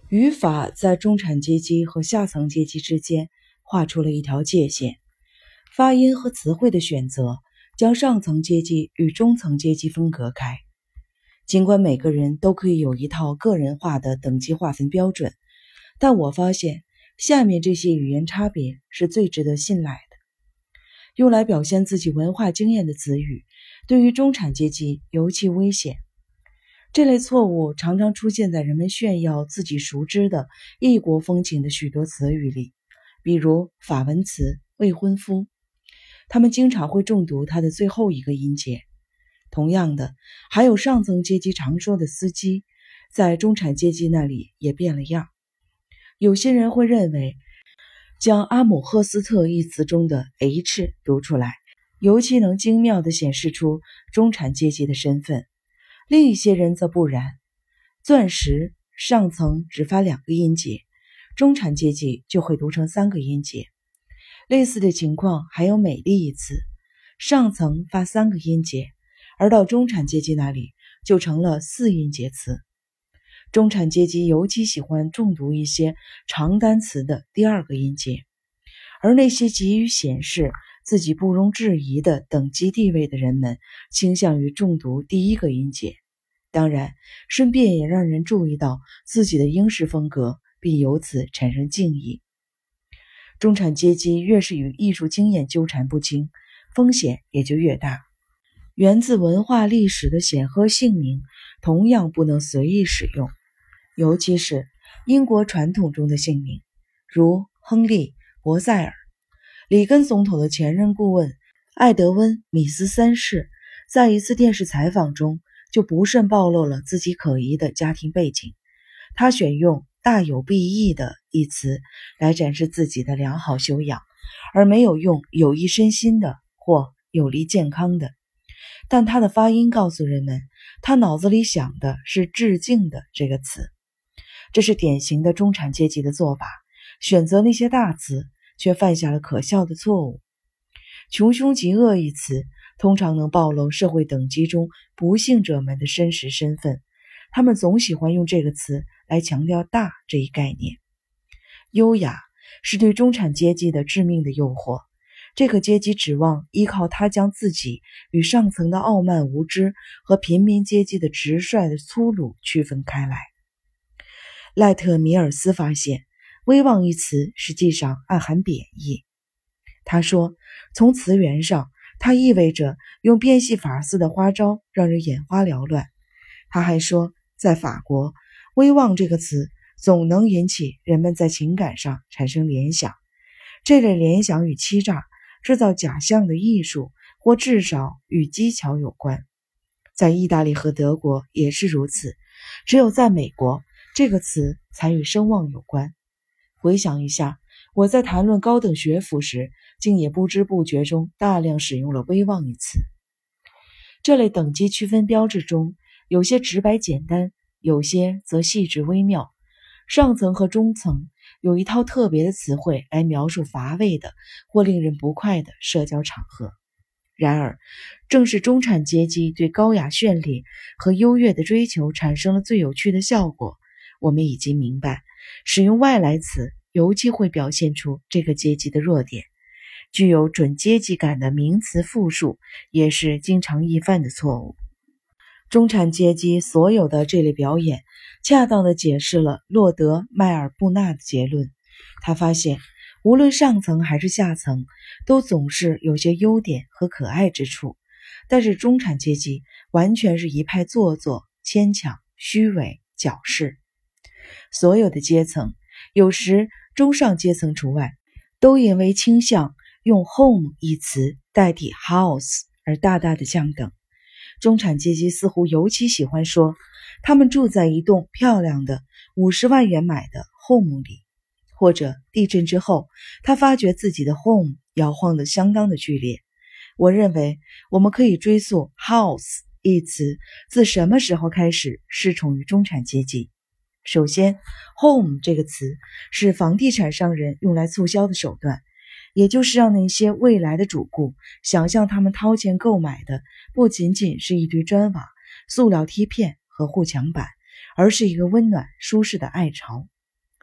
语法在中产阶级和下层阶级之间画出了一条界限，发音和词汇的选择将上层阶级与中层阶级分隔开。尽管每个人都可以有一套个人化的等级划分标准，但我发现下面这些语言差别是最值得信赖的。用来表现自己文化经验的词语，对于中产阶级尤其危险。这类错误常常出现在人们炫耀自己熟知的异国风情的许多词语里，比如法文词未婚夫，他们经常会重读它的最后一个音节。同样的，还有上层阶级常说的司机，在中产阶级那里也变了样。有些人会认为将阿姆赫斯特一词中的 H 读出来，尤其能精妙地显示出中产阶级的身份。另一些人则不然，钻石上层只发2个音节，中产阶级就会读成3个音节。类似的情况还有美丽一词，上层发3个音节，而到中产阶级那里就成了4音节词。中产阶级尤其喜欢重读一些长单词的第2个音节，而那些急于显示自己不容置疑的等级地位的人们倾向于重读第1个音节。当然，顺便也让人注意到自己的英式风格，并由此产生敬意。中产阶级越是与艺术经验纠缠不清，风险也就越大。源自文化历史的显赫姓名同样不能随意使用，尤其是英国传统中的姓名，如亨利·博塞尔。里根总统的前任顾问艾德温·米斯3世在一次电视采访中就不慎暴露了自己可疑的家庭背景。他选用大有裨益的一词来展示自己的良好修养，而没有用有益身心的或有利健康的。但他的发音告诉人们，他脑子里想的是致敬的这个词。这是典型的中产阶级的做法，选择那些大词，却犯下了可笑的错误。穷凶极恶一词通常能暴露社会等级中不幸者们的真实身份，他们总喜欢用这个词来强调大这一概念。优雅是对中产阶级的致命的诱惑，这个阶级指望依靠它将自己与上层的傲慢无知和平民阶级的直率的粗鲁区分开来。赖特米尔斯发现，威望一词实际上暗含贬义。他说，从词源上，它意味着用变戏法似的花招让人眼花缭乱。他还说，在法国，威望这个词总能引起人们在情感上产生联想，这类联想与欺诈、制造假象的艺术，或至少与技巧有关。在意大利和德国也是如此，只有在美国，这个词才与声望有关。回想一下，我在谈论高等学府时，竟也不知不觉中大量使用了威望一词。这类等级区分标志中，有些直白简单，有些则细致微妙。上层和中层有一套特别的词汇来描述乏味的或令人不快的社交场合。然而，正是中产阶级对高雅绚丽和优越的追求产生了最有趣的效果。我们已经明白，使用外来词尤其会表现出这个阶级的弱点。具有准阶级感的名词复数也是经常易犯的错误。中产阶级所有的这类表演恰当地解释了洛德·迈尔布纳的结论。他发现，无论上层还是下层，都总是有些优点和可爱之处，但是中产阶级完全是一派做作、牵强、虚伪、矫饰。所有的阶层，有时中上阶层除外，都因为倾向用 home 一词代替 house 而大大的降等。中产阶级似乎尤其喜欢说，他们住在一栋漂亮的50万元买的 home 里，或者地震之后，他发觉自己的 home 摇晃得相当的剧烈。我认为我们可以追溯 house 一词自什么时候开始适从于中产阶级。首先 home 这个词是房地产商人用来促销的手段，也就是让那些未来的主顾想象他们掏钱购买的不仅仅是一堆砖瓦、塑料梯片和护墙板，而是一个温暖舒适的爱巢。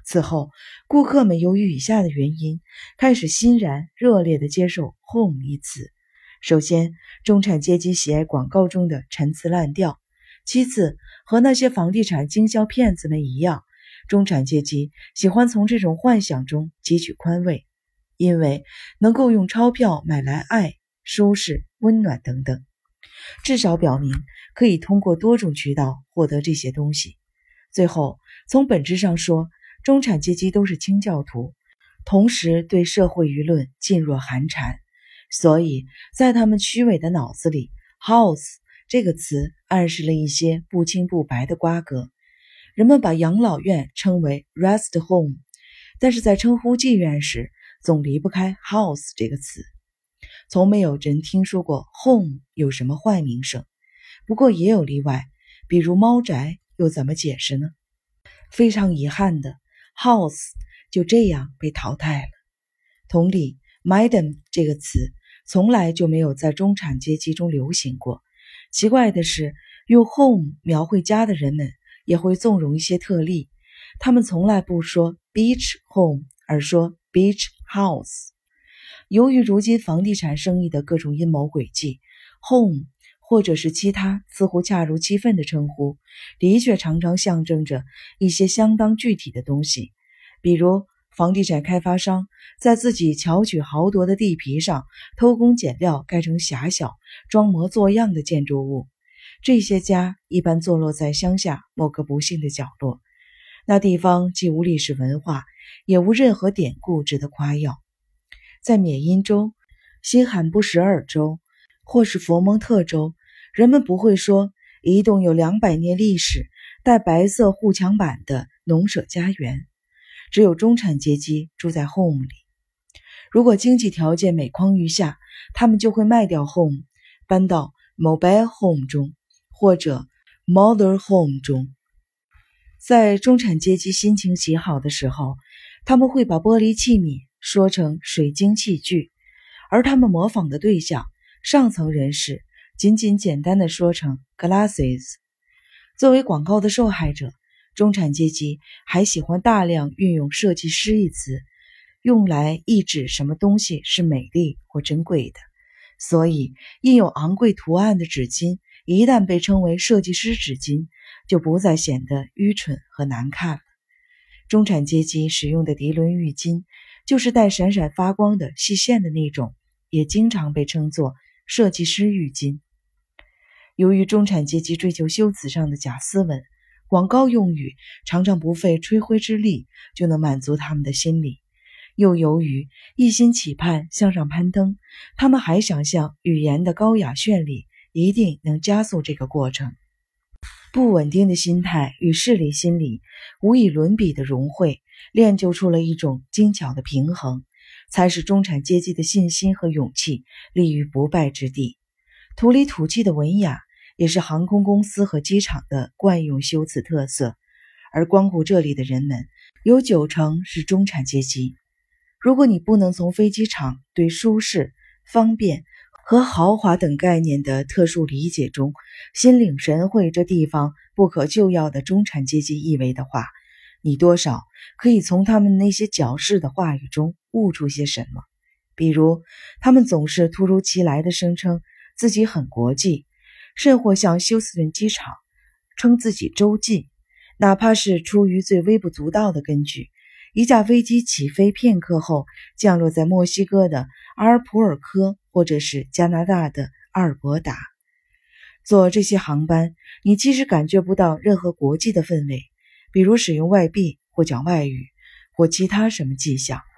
此后，顾客们由于以下的原因，开始欣然热烈地接受 home 一词。首先，中产阶级喜爱广告中的陈词滥调；其次，和那些房地产经销骗子们一样，中产阶级喜欢从这种幻想中汲取宽慰，因为能够用钞票买来爱、舒适、温暖等等，至少表明可以通过多种渠道获得这些东西。最后，从本质上说，中产阶级都是清教徒，同时对社会舆论噤若寒蝉，所以在他们虚伪的脑子里 ，house 这个词暗示了一些不清不白的瓜葛。人们把养老院称为 rest home， 但是在称呼妓院时，总离不开 house 这个词。从没有人听说过 home 有什么坏名声，不过也有例外，比如猫宅又怎么解释呢？非常遗憾的 house 就这样被淘汰了。同理 madam 这个词从来就没有在中产阶级中流行过。奇怪的是，用 home 描绘家的人们也会纵容一些特例，他们从来不说 beach home， 而说 beach house。 由于如今房地产生意的各种阴谋诡计， home 或者是其他似乎恰如其分的称呼，的确常常象征着一些相当具体的东西，比如房地产开发商在自己巧取豪夺的地皮上偷工减料盖成狭小、装模作样的建筑物。这些家一般坐落在乡下某个不幸的角落，那地方既无历史文化，也无任何典故值得夸耀。在缅因州、新罕布什尔州或是佛蒙特州，人们不会说一栋有200年历史、带白色护墙板的农舍家园。只有中产阶级住在 home 里。如果经济条件每况愈下，他们就会卖掉 home， 搬到 mobile home 中或者 mother home 中。在中产阶级心情极好的时候，他们会把玻璃器皿说成水晶器具，而他们模仿的对象上层人士仅简单的说成 glasses。 作为广告的受害者，中产阶级还喜欢大量运用设计师一词，用来意指什么东西是美丽或珍贵的。所以印有昂贵图案的纸巾一旦被称为设计师纸巾，就不再显得愚蠢和难看了。中产阶级使用的涤纶浴巾，就是带闪闪发光的细线的那种，也经常被称作设计师浴巾。由于中产阶级追求修辞上的假斯文，广告用语常常不费吹灰之力就能满足他们的心理，又由于一心期盼向上攀登，他们还想象语言的高雅绚丽一定能加速这个过程。不稳定的心态与势力心理无以伦比的融汇，练就出了一种精巧的平衡，才使中产阶级的信心和勇气立于不败之地。土里土气的文雅也是航空公司和机场的惯用修辞特色，而光顾这里的人们有90%是中产阶级。如果你不能从飞机场对舒适、方便和豪华等概念的特殊理解中心领神会这地方不可救药的中产阶级意味的话，你多少可以从他们那些矫饰的话语中悟出些什么。比如他们总是突如其来地声称自己很国际，甚或向休斯顿机场称自己洲际，哪怕是出于最微不足道的根据。一架飞机起飞片刻后降落在墨西哥的阿尔普尔科或者是加拿大的阿尔伯达。坐这些航班，你即使感觉不到任何国际的氛围，比如使用外币或讲外语或其他什么迹象，